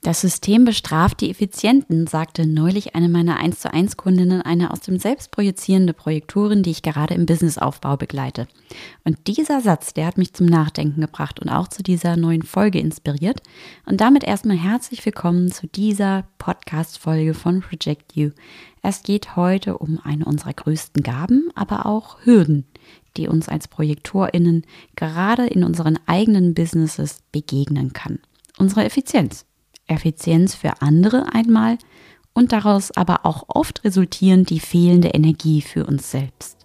Das System bestraft die Effizienten, sagte neulich eine meiner 1:1 Kundinnen, eine aus dem Selbst projizierende Projektorin, die ich gerade im Businessaufbau begleite. Und dieser Satz, der hat mich zum Nachdenken gebracht und auch zu dieser neuen Folge inspiriert. Und damit erstmal herzlich willkommen zu dieser Podcast-Folge von Project You. Es geht heute um eine unserer größten Gaben, aber auch Hürden, die uns als ProjektorInnen gerade in unseren eigenen Businesses begegnen kann. Unsere Effizienz. Effizienz für andere einmal und daraus aber auch oft resultierend die fehlende Energie für uns selbst.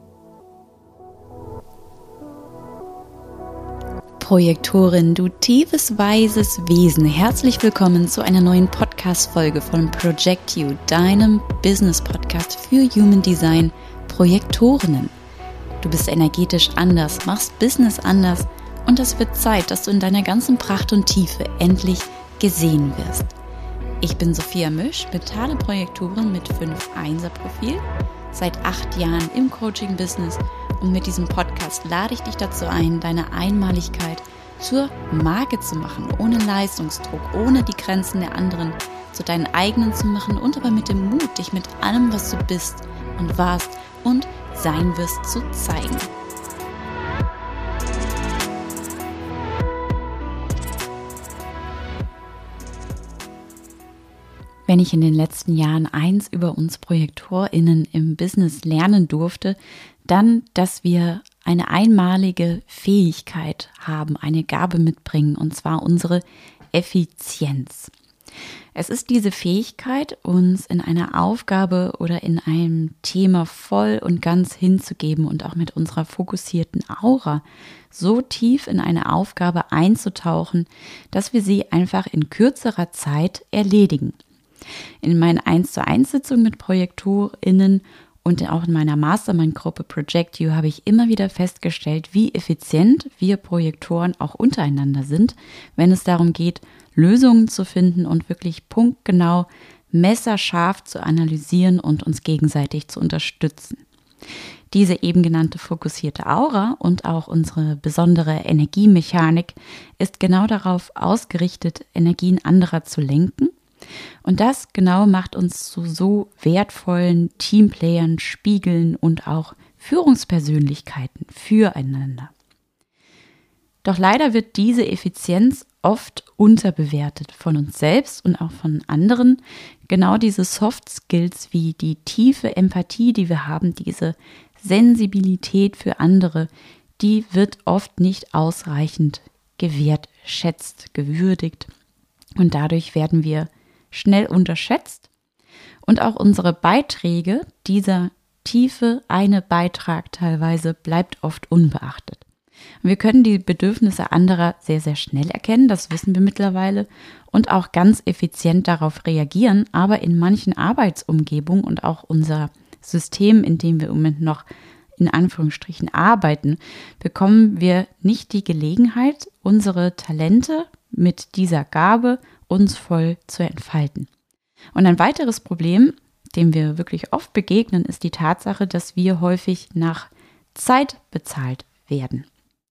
Projektorin, du tiefes, weises Wesen, herzlich willkommen zu einer neuen Podcast-Folge von Project You, deinem Business-Podcast für Human Design Projektorinnen. Du bist energetisch anders, machst Business anders und es wird Zeit, dass du in deiner ganzen Pracht und Tiefe endlich gesehen wirst. Ich bin Sophia Misch, mentale Projektorin mit 5-1er-Profil, seit 8 Jahren im Coaching-Business und mit diesem Podcast lade ich dich dazu ein, deine Einmaligkeit zur Marke zu machen, ohne Leistungsdruck, ohne die Grenzen der anderen zu deinen eigenen zu machen und aber mit dem Mut, dich mit allem, was du bist und warst und sein wirst, zu zeigen. Wenn ich in den letzten Jahren eins über uns ProjektorInnen im Business lernen durfte, dann, dass wir eine einmalige Fähigkeit haben, eine Gabe mitbringen, und zwar unsere Effizienz. Es ist diese Fähigkeit, uns in einer Aufgabe oder in einem Thema voll und ganz hinzugeben und auch mit unserer fokussierten Aura so tief in eine Aufgabe einzutauchen, dass wir sie einfach in kürzerer Zeit erledigen. In meinen 1:1 mit ProjektorInnen und auch in meiner Mastermind-Gruppe Project You habe ich immer wieder festgestellt, wie effizient wir Projektoren auch untereinander sind, wenn es darum geht, Lösungen zu finden und wirklich punktgenau, messerscharf zu analysieren und uns gegenseitig zu unterstützen. Diese eben genannte fokussierte Aura und auch unsere besondere Energiemechanik ist genau darauf ausgerichtet, Energien anderer zu lenken. Und das genau macht uns zu so wertvollen Teamplayern, Spiegeln und auch Führungspersönlichkeiten füreinander. Doch leider wird diese Effizienz oft unterbewertet von uns selbst und auch von anderen. Genau diese Soft Skills wie die tiefe Empathie, die wir haben, diese Sensibilität für andere, die wird oft nicht ausreichend gewertschätzt, gewürdigt. Und dadurch werden wir schnell unterschätzt und auch unsere Beiträge, dieser tiefe eine Beitrag teilweise, bleibt oft unbeachtet. Wir können die Bedürfnisse anderer sehr, sehr schnell erkennen, das wissen wir mittlerweile, und auch ganz effizient darauf reagieren, aber in manchen Arbeitsumgebungen und auch unser System, in dem wir im Moment noch in Anführungsstrichen arbeiten, bekommen wir nicht die Gelegenheit, unsere Talente mit dieser Gabe uns voll zu entfalten. Und ein weiteres Problem, dem wir wirklich oft begegnen, ist die Tatsache, dass wir häufig nach Zeit bezahlt werden.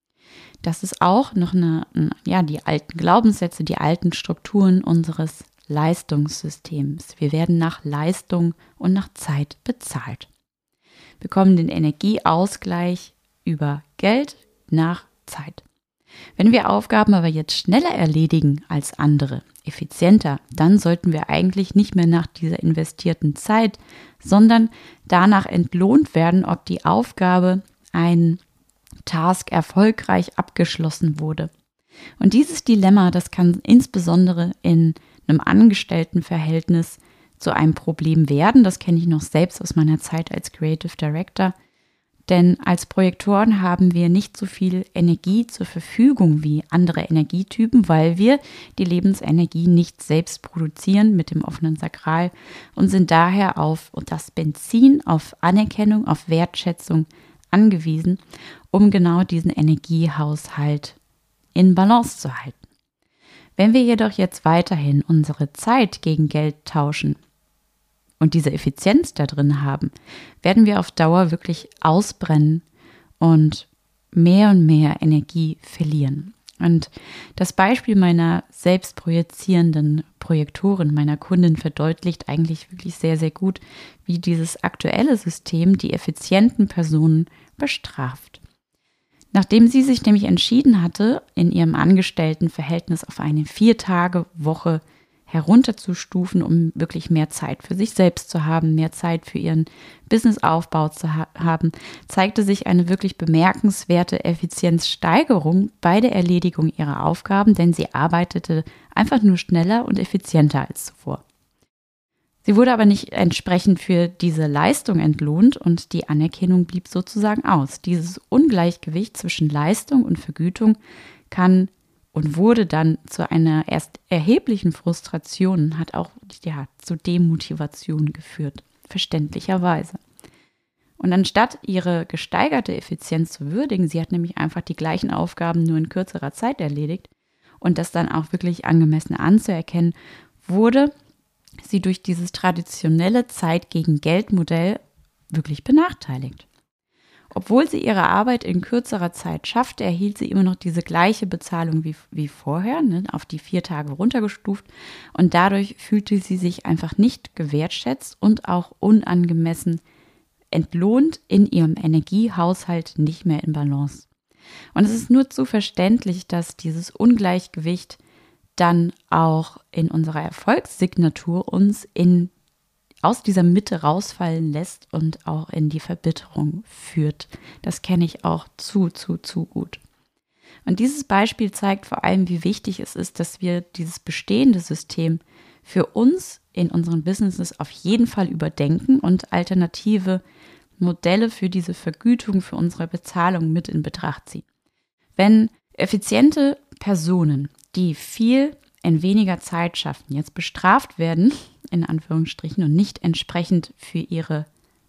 Das ist auch noch die alten Glaubenssätze, die alten Strukturen unseres Leistungssystems. Wir werden nach Leistung und nach Zeit bezahlt. Bekommen den Energieausgleich über Geld nach Zeit. Wenn wir Aufgaben aber jetzt schneller erledigen als andere, effizienter, dann sollten wir eigentlich nicht mehr nach dieser investierten Zeit, sondern danach entlohnt werden, ob die Aufgabe, ein Task erfolgreich abgeschlossen wurde. Und dieses Dilemma, das kann insbesondere in einem Angestelltenverhältnis zu einem Problem werden. Das kenne ich noch selbst aus meiner Zeit als Creative Director. Denn als Projektoren haben wir nicht so viel Energie zur Verfügung wie andere Energietypen, weil wir die Lebensenergie nicht selbst produzieren mit dem offenen Sakral und sind daher auf das Benzin, auf Anerkennung, auf Wertschätzung angewiesen, um genau diesen Energiehaushalt in Balance zu halten. Wenn wir jedoch jetzt weiterhin unsere Zeit gegen Geld tauschen und diese Effizienz da drin haben, werden wir auf Dauer wirklich ausbrennen und mehr Energie verlieren. Und das Beispiel meiner selbst projizierenden Projektorin, meiner Kundin, verdeutlicht eigentlich wirklich sehr, sehr gut, wie dieses aktuelle System die effizienten Personen bestraft. Nachdem sie sich nämlich entschieden hatte, in ihrem Angestelltenverhältnis auf eine 4-Tage-Woche herunterzustufen, um wirklich mehr Zeit für sich selbst zu haben, mehr Zeit für ihren Businessaufbau zu haben, zeigte sich eine wirklich bemerkenswerte Effizienzsteigerung bei der Erledigung ihrer Aufgaben, denn sie arbeitete einfach nur schneller und effizienter als zuvor. Sie wurde aber nicht entsprechend für diese Leistung entlohnt und die Anerkennung blieb sozusagen aus. Dieses Ungleichgewicht zwischen Leistung und Vergütung kann und wurde dann zu einer erst erheblichen Frustration, hat auch zu Demotivation geführt, verständlicherweise. Und anstatt ihre gesteigerte Effizienz zu würdigen, sie hat nämlich einfach die gleichen Aufgaben nur in kürzerer Zeit erledigt und das dann auch wirklich angemessen anzuerkennen, wurde sie durch dieses traditionelle Zeit-gegen-Geld-Modell wirklich benachteiligt. Obwohl sie ihre Arbeit in kürzerer Zeit schaffte, erhielt sie immer noch diese gleiche Bezahlung wie vorher, auf die 4 Tage runtergestuft. Und dadurch fühlte sie sich einfach nicht gewertschätzt und auch unangemessen entlohnt, in ihrem Energiehaushalt nicht mehr in Balance. Und es ist nur zu verständlich, dass dieses Ungleichgewicht dann auch in unserer Erfolgssignatur uns aus dieser Mitte rausfallen lässt und auch in die Verbitterung führt. Das kenne ich auch zu gut. Und dieses Beispiel zeigt vor allem, wie wichtig es ist, dass wir dieses bestehende System für uns in unseren Businesses auf jeden Fall überdenken und alternative Modelle für diese Vergütung, für unsere Bezahlung mit in Betracht ziehen. Wenn effiziente Personen, die viel in weniger Zeit schaffen, jetzt bestraft werden, in Anführungsstrichen, und nicht entsprechend für ihre,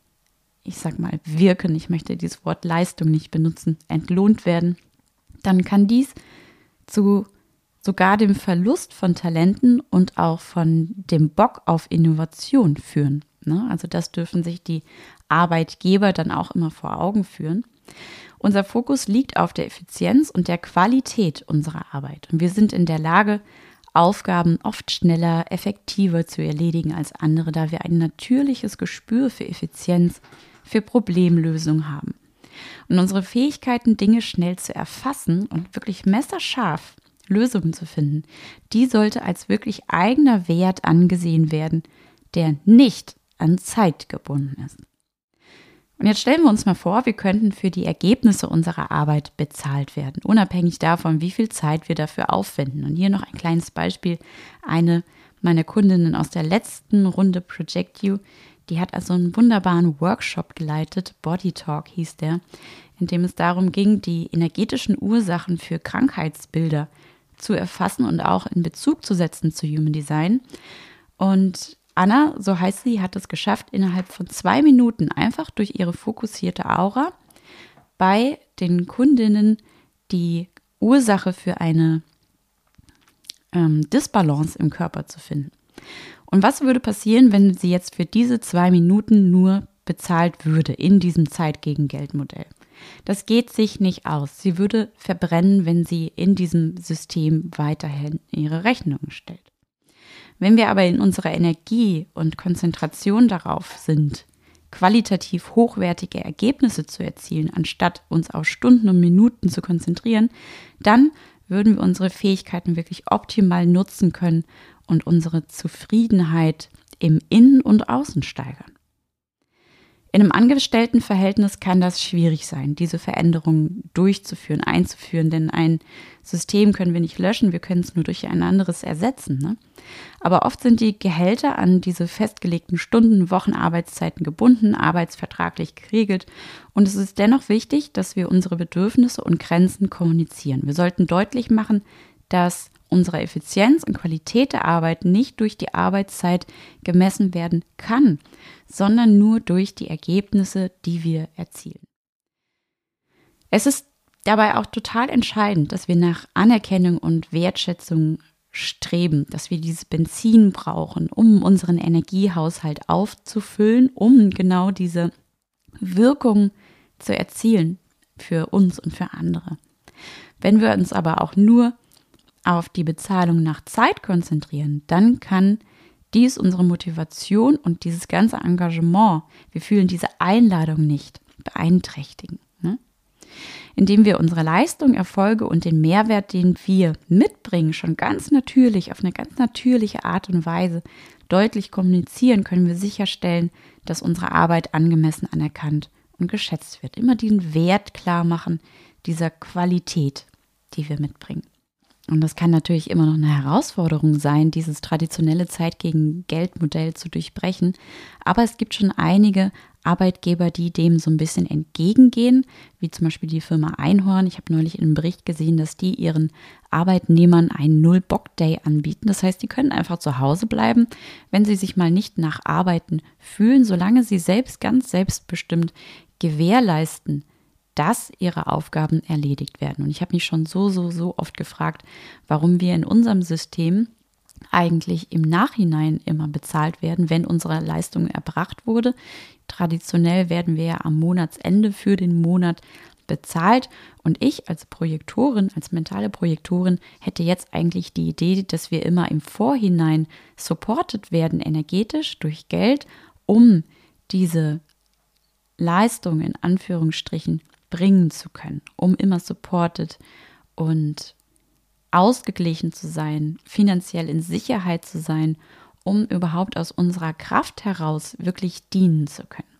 Wirken, ich möchte dieses Wort Leistung nicht benutzen, entlohnt werden, dann kann dies zu sogar dem Verlust von Talenten und auch von dem Bock auf Innovation führen. Also das dürfen sich die Arbeitgeber dann auch immer vor Augen führen. Unser Fokus liegt auf der Effizienz und der Qualität unserer Arbeit. Und wir sind in der Lage, Aufgaben oft schneller, effektiver zu erledigen als andere, da wir ein natürliches Gespür für Effizienz, für Problemlösung haben. Und unsere Fähigkeiten, Dinge schnell zu erfassen und wirklich messerscharf Lösungen zu finden, die sollte als wirklich eigener Wert angesehen werden, der nicht an Zeit gebunden ist. Und jetzt stellen wir uns mal vor, wir könnten für die Ergebnisse unserer Arbeit bezahlt werden, unabhängig davon, wie viel Zeit wir dafür aufwenden. Und hier noch ein kleines Beispiel. Eine meiner Kundinnen aus der letzten Runde Project You, die hat also einen wunderbaren Workshop geleitet, Body Talk hieß der, in dem es darum ging, die energetischen Ursachen für Krankheitsbilder zu erfassen und auch in Bezug zu setzen zu Human Design. Und Anna, so heißt sie, hat es geschafft, innerhalb von 2 Minuten einfach durch ihre fokussierte Aura bei den Kundinnen die Ursache für eine Disbalance im Körper zu finden. Und was würde passieren, wenn sie jetzt für diese 2 Minuten nur bezahlt würde in diesem Zeit-gegen-Geld-Modell? Das geht sich nicht aus. Sie würde verbrennen, wenn sie in diesem System weiterhin ihre Rechnungen stellt. Wenn wir aber in unserer Energie und Konzentration darauf sind, qualitativ hochwertige Ergebnisse zu erzielen, anstatt uns auf Stunden und Minuten zu konzentrieren, dann würden wir unsere Fähigkeiten wirklich optimal nutzen können und unsere Zufriedenheit im Innen und Außen steigern. In einem Angestelltenverhältnis kann das schwierig sein, diese Veränderungen durchzuführen, einzuführen, denn ein System können wir nicht löschen, wir können es nur durch ein anderes ersetzen. Aber oft sind die Gehälter an diese festgelegten Stunden, Wochen, Arbeitszeiten gebunden, arbeitsvertraglich geregelt und es ist dennoch wichtig, dass wir unsere Bedürfnisse und Grenzen kommunizieren. Wir sollten deutlich machen, dass unsere Effizienz und Qualität der Arbeit nicht durch die Arbeitszeit gemessen werden kann, sondern nur durch die Ergebnisse, die wir erzielen. Es ist dabei auch total entscheidend, dass wir nach Anerkennung und Wertschätzung streben, dass wir dieses Benzin brauchen, um unseren Energiehaushalt aufzufüllen, um genau diese Wirkung zu erzielen für uns und für andere. Wenn wir uns aber auch nur auf die Bezahlung nach Zeit konzentrieren, dann kann dies unsere Motivation und dieses ganze Engagement, wir fühlen diese Einladung nicht, beeinträchtigen. Ne? Indem wir unsere Leistung, Erfolge und den Mehrwert, den wir mitbringen, schon ganz natürlich, auf eine ganz natürliche Art und Weise deutlich kommunizieren, können wir sicherstellen, dass unsere Arbeit angemessen anerkannt und geschätzt wird. Immer den Wert klar machen dieser Qualität, die wir mitbringen. Und das kann natürlich immer noch eine Herausforderung sein, dieses traditionelle Zeit gegen Geld-Modell zu durchbrechen. Aber es gibt schon einige Arbeitgeber, die dem so ein bisschen entgegengehen, wie zum Beispiel die Firma Einhorn. Ich habe neulich in einem Bericht gesehen, dass die ihren Arbeitnehmern einen Null-Bock-Day anbieten. Das heißt, die können einfach zu Hause bleiben, wenn sie sich mal nicht nach Arbeiten fühlen, solange sie selbst ganz selbstbestimmt gewährleisten, dass ihre Aufgaben erledigt werden. Und ich habe mich schon so oft gefragt, warum wir in unserem System eigentlich im Nachhinein immer bezahlt werden, wenn unsere Leistung erbracht wurde. Traditionell werden wir ja am Monatsende für den Monat bezahlt. Und ich als Projektorin, als mentale Projektorin, hätte jetzt eigentlich die Idee, dass wir immer im Vorhinein supported werden, energetisch durch Geld, um diese Leistung in Anführungsstrichen bringen zu können, um immer supported und ausgeglichen zu sein, finanziell in Sicherheit zu sein, um überhaupt aus unserer Kraft heraus wirklich dienen zu können.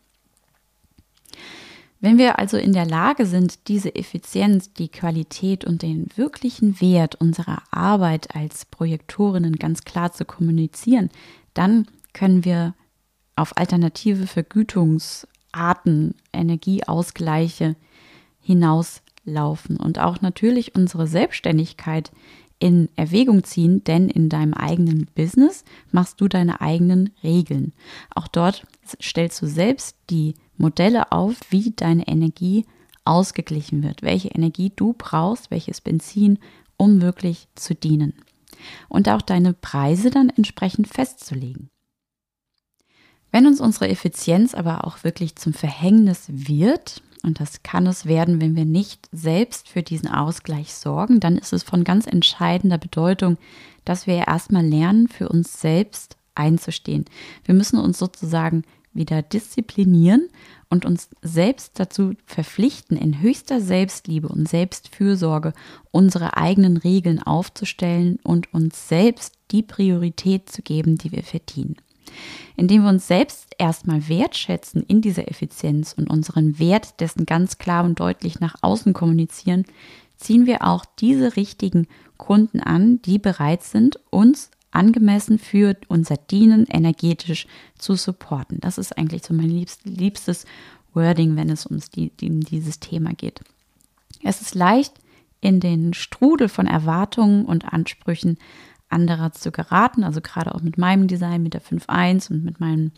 Wenn wir also in der Lage sind, diese Effizienz, die Qualität und den wirklichen Wert unserer Arbeit als Projektorinnen ganz klar zu kommunizieren, dann können wir auf alternative Vergütungsarten, Energieausgleiche hinauslaufen und auch natürlich unsere Selbstständigkeit in Erwägung ziehen, denn in deinem eigenen Business machst du deine eigenen Regeln. Auch dort stellst du selbst die Modelle auf, wie deine Energie ausgeglichen wird, welche Energie du brauchst, welches Benzin, um wirklich zu dienen. Und auch deine Preise dann entsprechend festzulegen. Wenn uns unsere Effizienz aber auch wirklich zum Verhängnis wird, und das kann es werden, wenn wir nicht selbst für diesen Ausgleich sorgen, dann ist es von ganz entscheidender Bedeutung, dass wir erstmal lernen, für uns selbst einzustehen. Wir müssen uns sozusagen wieder disziplinieren und uns selbst dazu verpflichten, in höchster Selbstliebe und Selbstfürsorge unsere eigenen Regeln aufzustellen und uns selbst die Priorität zu geben, die wir verdienen. Indem wir uns selbst erstmal wertschätzen in dieser Effizienz und unseren Wert dessen ganz klar und deutlich nach außen kommunizieren, ziehen wir auch diese richtigen Kunden an, die bereit sind, uns angemessen für unser Dienen energetisch zu supporten. Das ist eigentlich so mein liebstes Wording, wenn es um dieses Thema geht. Es ist leicht, in den Strudel von Erwartungen und Ansprüchen anderer zu geraten, also gerade auch mit meinem Design, mit der 5.1 und mit meinem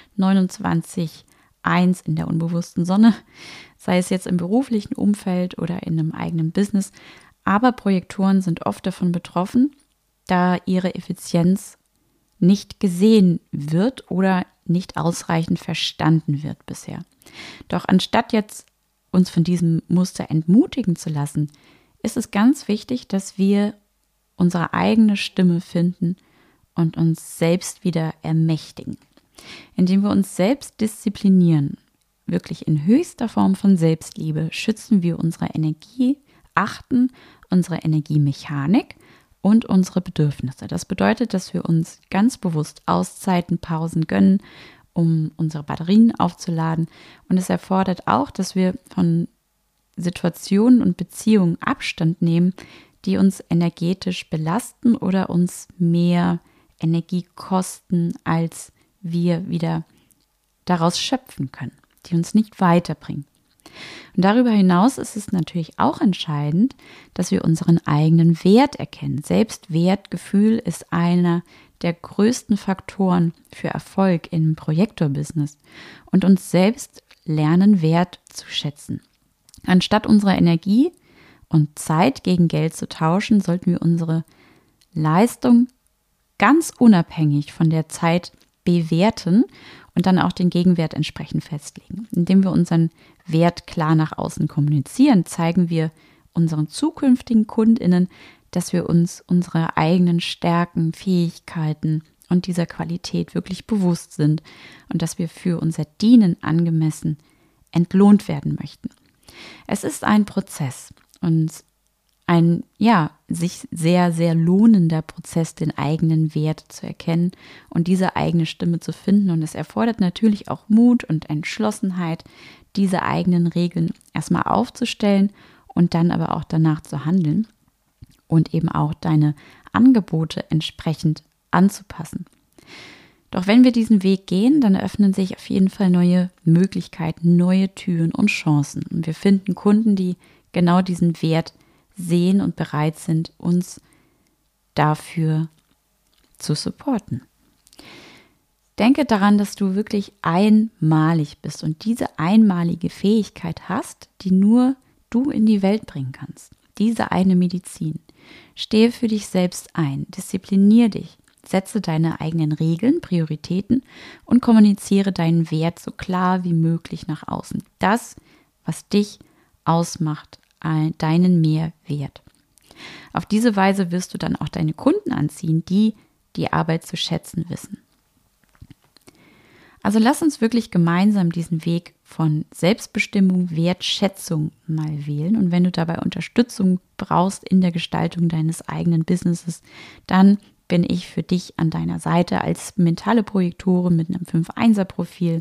29.1 in der unbewussten Sonne, sei es jetzt im beruflichen Umfeld oder in einem eigenen Business. Aber Projektoren sind oft davon betroffen, da ihre Effizienz nicht gesehen wird oder nicht ausreichend verstanden wird bisher. Doch anstatt jetzt uns von diesem Muster entmutigen zu lassen, ist es ganz wichtig, dass wir unsere eigene Stimme finden und uns selbst wieder ermächtigen. Indem wir uns selbst disziplinieren, wirklich in höchster Form von Selbstliebe, schützen wir unsere Energie, achten unsere Energiemechanik und unsere Bedürfnisse. Das bedeutet, dass wir uns ganz bewusst Auszeiten, Pausen gönnen, um unsere Batterien aufzuladen. Und es erfordert auch, dass wir von Situationen und Beziehungen Abstand nehmen, die uns energetisch belasten oder uns mehr Energie kosten, als wir wieder daraus schöpfen können, die uns nicht weiterbringen. Und darüber hinaus ist es natürlich auch entscheidend, dass wir unseren eigenen Wert erkennen. Selbstwertgefühl ist einer der größten Faktoren für Erfolg im Projektorbusiness und uns selbst lernen, Wert zu schätzen. Anstatt unserer Energie und Zeit gegen Geld zu tauschen, sollten wir unsere Leistung ganz unabhängig von der Zeit bewerten und dann auch den Gegenwert entsprechend festlegen. Indem wir unseren Wert klar nach außen kommunizieren, zeigen wir unseren zukünftigen KundInnen, dass wir uns unserer eigenen Stärken, Fähigkeiten und dieser Qualität wirklich bewusst sind und dass wir für unser Dienen angemessen entlohnt werden möchten. Es ist ein Prozess und ein, sich sehr, sehr lohnender Prozess, den eigenen Wert zu erkennen und diese eigene Stimme zu finden. Und es erfordert natürlich auch Mut und Entschlossenheit, diese eigenen Regeln erstmal aufzustellen und dann aber auch danach zu handeln und eben auch deine Angebote entsprechend anzupassen. Doch wenn wir diesen Weg gehen, dann öffnen sich auf jeden Fall neue Möglichkeiten, neue Türen und Chancen. Und wir finden Kunden, die genau diesen Wert sehen und bereit sind, uns dafür zu supporten. Denke daran, dass du wirklich einmalig bist und diese einmalige Fähigkeit hast, die nur du in die Welt bringen kannst. Diese eine Medizin. Stehe für dich selbst ein, diszipliniere dich, setze deine eigenen Regeln, Prioritäten und kommuniziere deinen Wert so klar wie möglich nach außen. Das, was dich ausmacht, deinen Mehrwert. Auf diese Weise wirst du dann auch deine Kunden anziehen, die die Arbeit zu schätzen wissen. Also lass uns wirklich gemeinsam diesen Weg von Selbstbestimmung, Wertschätzung mal wählen. Und wenn du dabei Unterstützung brauchst in der Gestaltung deines eigenen Businesses, dann bin ich für dich an deiner Seite als mentale Projektorin mit einem 5-1er-Profil.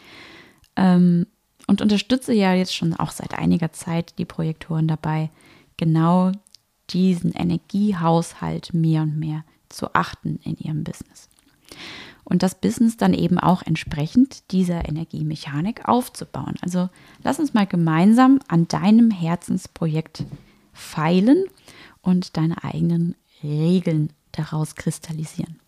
Und unterstütze ja jetzt schon auch seit einiger Zeit die Projektoren dabei, genau diesen Energiehaushalt mehr und mehr zu achten in ihrem Business. Und das Business dann eben auch entsprechend dieser Energiemechanik aufzubauen. Also lass uns mal gemeinsam an deinem Herzensprojekt feilen und deine eigenen Regeln daraus kristallisieren.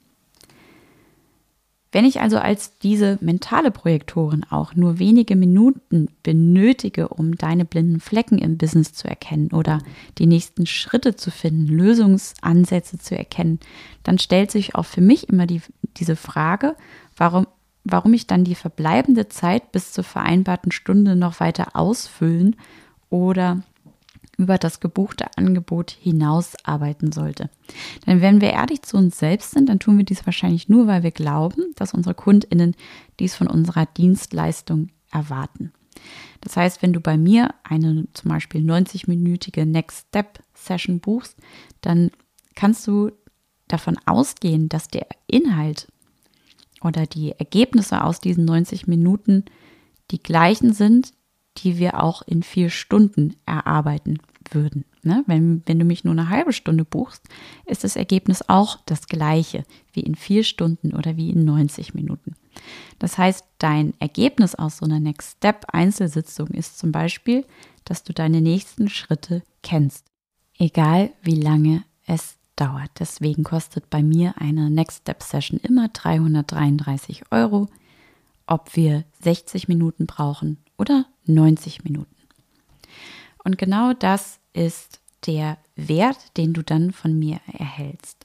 Wenn ich also als diese mentale Projektorin auch nur wenige Minuten benötige, um deine blinden Flecken im Business zu erkennen oder die nächsten Schritte zu finden, Lösungsansätze zu erkennen, dann stellt sich auch für mich immer diese Frage, warum ich dann die verbleibende Zeit bis zur vereinbarten Stunde noch weiter ausfüllen oder über das gebuchte Angebot hinaus arbeiten sollte. Denn wenn wir ehrlich zu uns selbst sind, dann tun wir dies wahrscheinlich nur, weil wir glauben, dass unsere KundInnen dies von unserer Dienstleistung erwarten. Das heißt, wenn du bei mir eine zum Beispiel 90-minütige Next Step Session buchst, dann kannst du davon ausgehen, dass der Inhalt oder die Ergebnisse aus diesen 90 Minuten die gleichen sind, die wir auch in 4 Stunden erarbeiten würden. Ne? Wenn du mich nur eine halbe Stunde buchst, ist das Ergebnis auch das gleiche wie in 4 Stunden oder wie in 90 Minuten. Das heißt, dein Ergebnis aus so einer Next Step Einzelsitzung ist zum Beispiel, dass du deine nächsten Schritte kennst. Egal wie lange es dauert. Deswegen kostet bei mir eine Next Step Session immer 333 €, ob wir 60 Minuten brauchen oder 90 Minuten. Und genau das ist der Wert, den du dann von mir erhältst.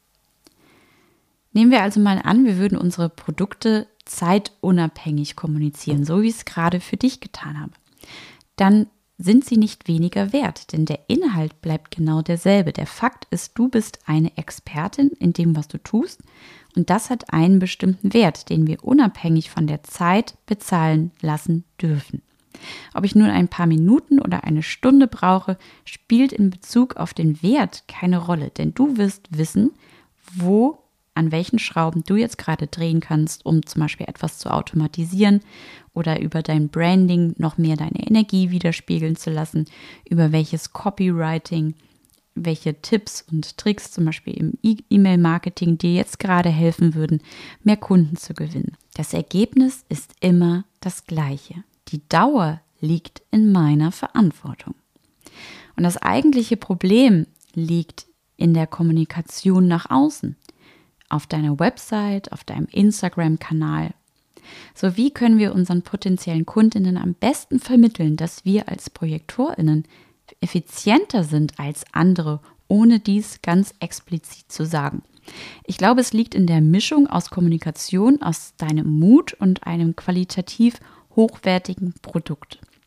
Nehmen wir also mal an, wir würden unsere Produkte zeitunabhängig kommunizieren, so wie ich es gerade für dich getan habe. Dann sind sie nicht weniger wert, denn der Inhalt bleibt genau derselbe. Der Fakt ist, du bist eine Expertin in dem, was du tust, und das hat einen bestimmten Wert, den wir unabhängig von der Zeit bezahlen lassen dürfen. Ob ich nun ein paar Minuten oder eine Stunde brauche, spielt in Bezug auf den Wert keine Rolle, denn du wirst wissen, an welchen Schrauben du jetzt gerade drehen kannst, um zum Beispiel etwas zu automatisieren oder über dein Branding noch mehr deine Energie widerspiegeln zu lassen, über welches Copywriting, welche Tipps und Tricks zum Beispiel im E-Mail-Marketing dir jetzt gerade helfen würden, mehr Kunden zu gewinnen. Das Ergebnis ist immer das gleiche. Die Dauer liegt in meiner Verantwortung. Und das eigentliche Problem liegt in der Kommunikation nach außen, auf deiner Website, auf deinem Instagram-Kanal. So wie können wir unseren potenziellen KundInnen am besten vermitteln, dass wir als ProjektorInnen effizienter sind als andere, ohne dies ganz explizit zu sagen. Ich glaube, es liegt in der Mischung aus Kommunikation, aus deinem Mut und einem qualitativ hochwertigen Produkt.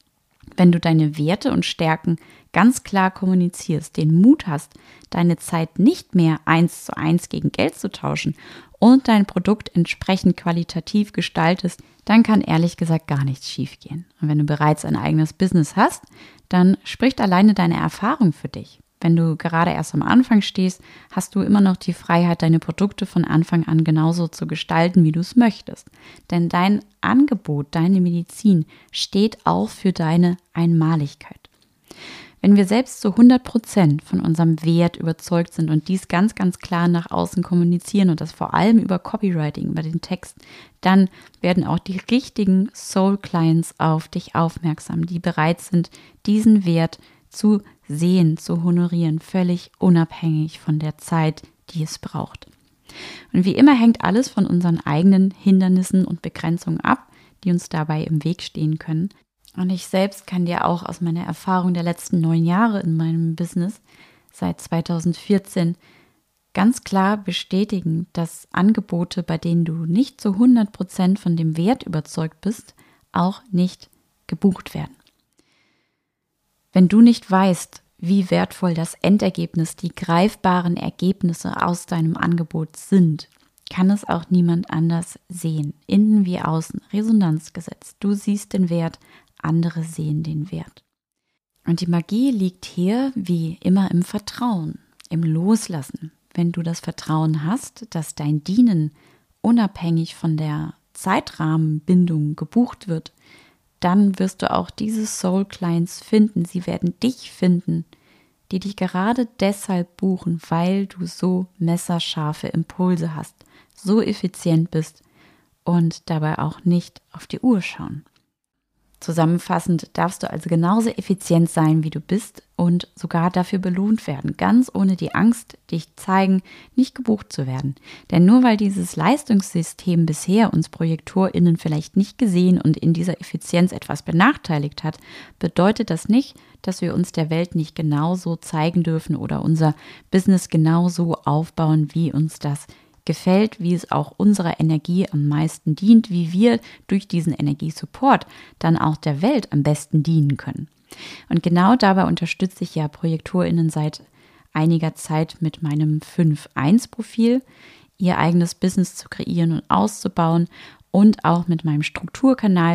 Wenn du deine Werte und Stärken ganz klar kommunizierst, den Mut hast, deine Zeit nicht mehr 1:1 gegen Geld zu tauschen und dein Produkt entsprechend qualitativ gestaltest, dann kann ehrlich gesagt gar nichts schiefgehen. Und wenn du bereits ein eigenes Business hast, dann spricht alleine deine Erfahrung für dich. Wenn du gerade erst am Anfang stehst, hast du immer noch die Freiheit, deine Produkte von Anfang an genauso zu gestalten, wie du es möchtest. Denn dein Angebot, deine Medizin steht auch für deine Einmaligkeit. Wenn wir selbst zu 100% von unserem Wert überzeugt sind und dies ganz, ganz klar nach außen kommunizieren und das vor allem über Copywriting, über den Text, dann werden auch die richtigen Soul-Clients auf dich aufmerksam, die bereit sind, diesen Wert zu sehen, zu honorieren, völlig unabhängig von der Zeit, die es braucht. Und wie immer hängt alles von unseren eigenen Hindernissen und Begrenzungen ab, die uns dabei im Weg stehen können. Und ich selbst kann dir auch aus meiner Erfahrung der letzten 9 Jahre in meinem Business seit 2014 ganz klar bestätigen, dass Angebote, bei denen du nicht zu 100% von dem Wert überzeugt bist, auch nicht gebucht werden. Wenn du nicht weißt, wie wertvoll das Endergebnis, die greifbaren Ergebnisse aus deinem Angebot sind, kann es auch niemand anders sehen. Innen wie außen, Resonanzgesetz. Du siehst den Wert, andere sehen den Wert. Und die Magie liegt hier wie immer im Vertrauen, im Loslassen. Wenn du das Vertrauen hast, dass dein Dienen unabhängig von der Zeitrahmenbindung gebucht wird, dann wirst du auch diese Soul Clients finden. Sie werden dich finden, die dich gerade deshalb buchen, weil du so messerscharfe Impulse hast, so effizient bist und dabei auch nicht auf die Uhr schauen. Zusammenfassend darfst du also genauso effizient sein, wie du bist und sogar dafür belohnt werden, ganz ohne die Angst, dich zeigen, nicht gebucht zu werden. Denn nur weil dieses Leistungssystem bisher uns ProjektorInnen vielleicht nicht gesehen und in dieser Effizienz etwas benachteiligt hat, bedeutet das nicht, dass wir uns der Welt nicht genauso zeigen dürfen oder unser Business genauso aufbauen, wie uns das gefällt, wie es auch unserer Energie am meisten dient, wie wir durch diesen Energiesupport dann auch der Welt am besten dienen können. Und genau dabei unterstütze ich ja ProjektorInnen seit einiger Zeit mit meinem 5-1-Profil, ihr eigenes Business zu kreieren und auszubauen und auch mit meinem Strukturkanal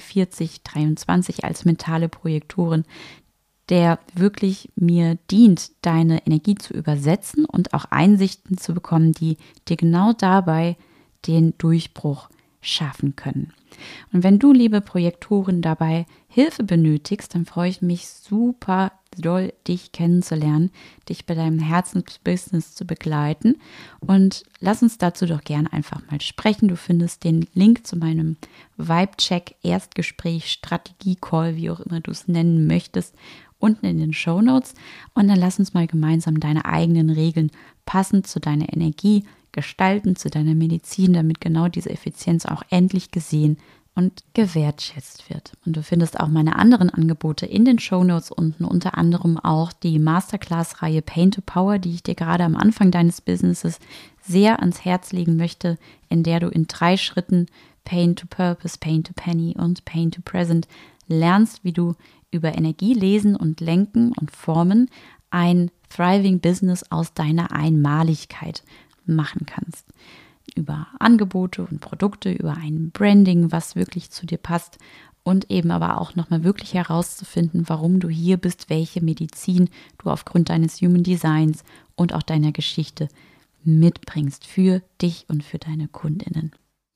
4323 als mentale Projektorin, der wirklich mir dient, deine Energie zu übersetzen und auch Einsichten zu bekommen, die dir genau dabei den Durchbruch schaffen können. Und wenn du, liebe Projektorin, dabei Hilfe benötigst, dann freue ich mich super doll, dich kennenzulernen, dich bei deinem Herzensbusiness zu begleiten und lass uns dazu doch gerne einfach mal sprechen. Du findest den Link zu meinem Vibe-Check, Erstgespräch, Strategie-Call, wie auch immer du es nennen möchtest, unten in den Shownotes und dann lass uns mal gemeinsam deine eigenen Regeln passend zu deiner Energie gestalten, zu deiner Medizin, damit genau diese Effizienz auch endlich gesehen und gewertschätzt wird. Und du findest auch meine anderen Angebote in den Shownotes unten, unter anderem auch die Masterclass-Reihe Pain to Power, die ich dir gerade am Anfang deines Businesses sehr ans Herz legen möchte, in der du in 3 Schritten Pain to Purpose, Pain to Penny und Pain to Present lernst, wie du über Energie lesen und lenken und formen ein Thriving Business aus deiner Einmaligkeit machen kannst. Über Angebote und Produkte, über ein Branding, was wirklich zu dir passt und eben aber auch nochmal wirklich herauszufinden, warum du hier bist, welche Medizin du aufgrund deines Human Designs und auch deiner Geschichte mitbringst für dich und für deine KundInnen.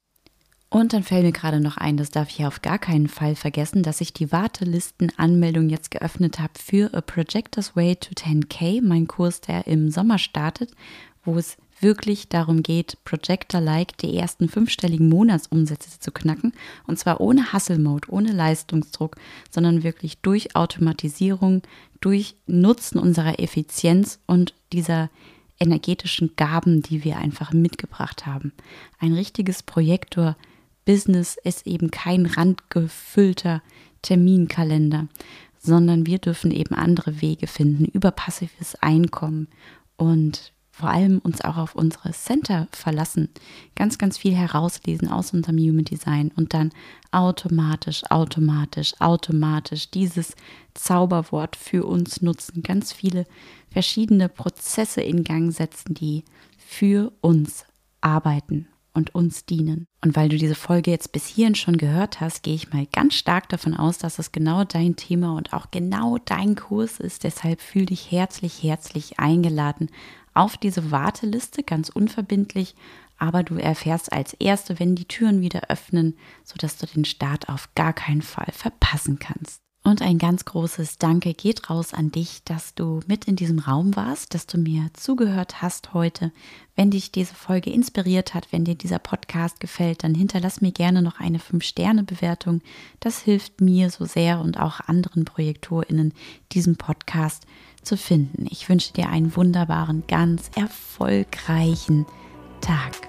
Und dann fällt mir gerade noch ein, das darf ich auf gar keinen Fall vergessen, dass ich die Wartelistenanmeldung jetzt geöffnet habe für A Projector's Way to 10K, mein Kurs, der im Sommer startet, wo es wirklich darum geht, Projector-like die ersten 5-stelligen Monatsumsätze zu knacken. Und zwar ohne Hustle-Mode, ohne Leistungsdruck, sondern wirklich durch Automatisierung, durch Nutzen unserer Effizienz und dieser energetischen Gaben, die wir einfach mitgebracht haben. Ein richtiges Projektor-Business ist eben kein randgefüllter Terminkalender, sondern wir dürfen eben andere Wege finden über passives Einkommen und vor allem uns auch auf unsere Center verlassen, ganz, ganz viel herauslesen aus unserem Human Design und dann automatisch dieses Zauberwort für uns nutzen, ganz viele verschiedene Prozesse in Gang setzen, die für uns arbeiten und uns dienen. Und weil du diese Folge jetzt bis hierhin schon gehört hast, gehe ich mal ganz stark davon aus, dass es genau dein Thema und auch genau dein Kurs ist. Deshalb fühl dich herzlich eingeladen auf diese Warteliste, ganz unverbindlich. Aber du erfährst als Erste, wenn die Türen wieder öffnen, sodass du den Start auf gar keinen Fall verpassen kannst. Und ein ganz großes Danke geht raus an dich, dass du mit in diesem Raum warst, dass du mir zugehört hast heute. Wenn dich diese Folge inspiriert hat, wenn dir dieser Podcast gefällt, dann hinterlass mir gerne noch eine 5-Sterne-Bewertung. Das hilft mir so sehr und auch anderen ProjektorInnen, diesen Podcast zu finden. Ich wünsche dir einen wunderbaren, ganz erfolgreichen Tag.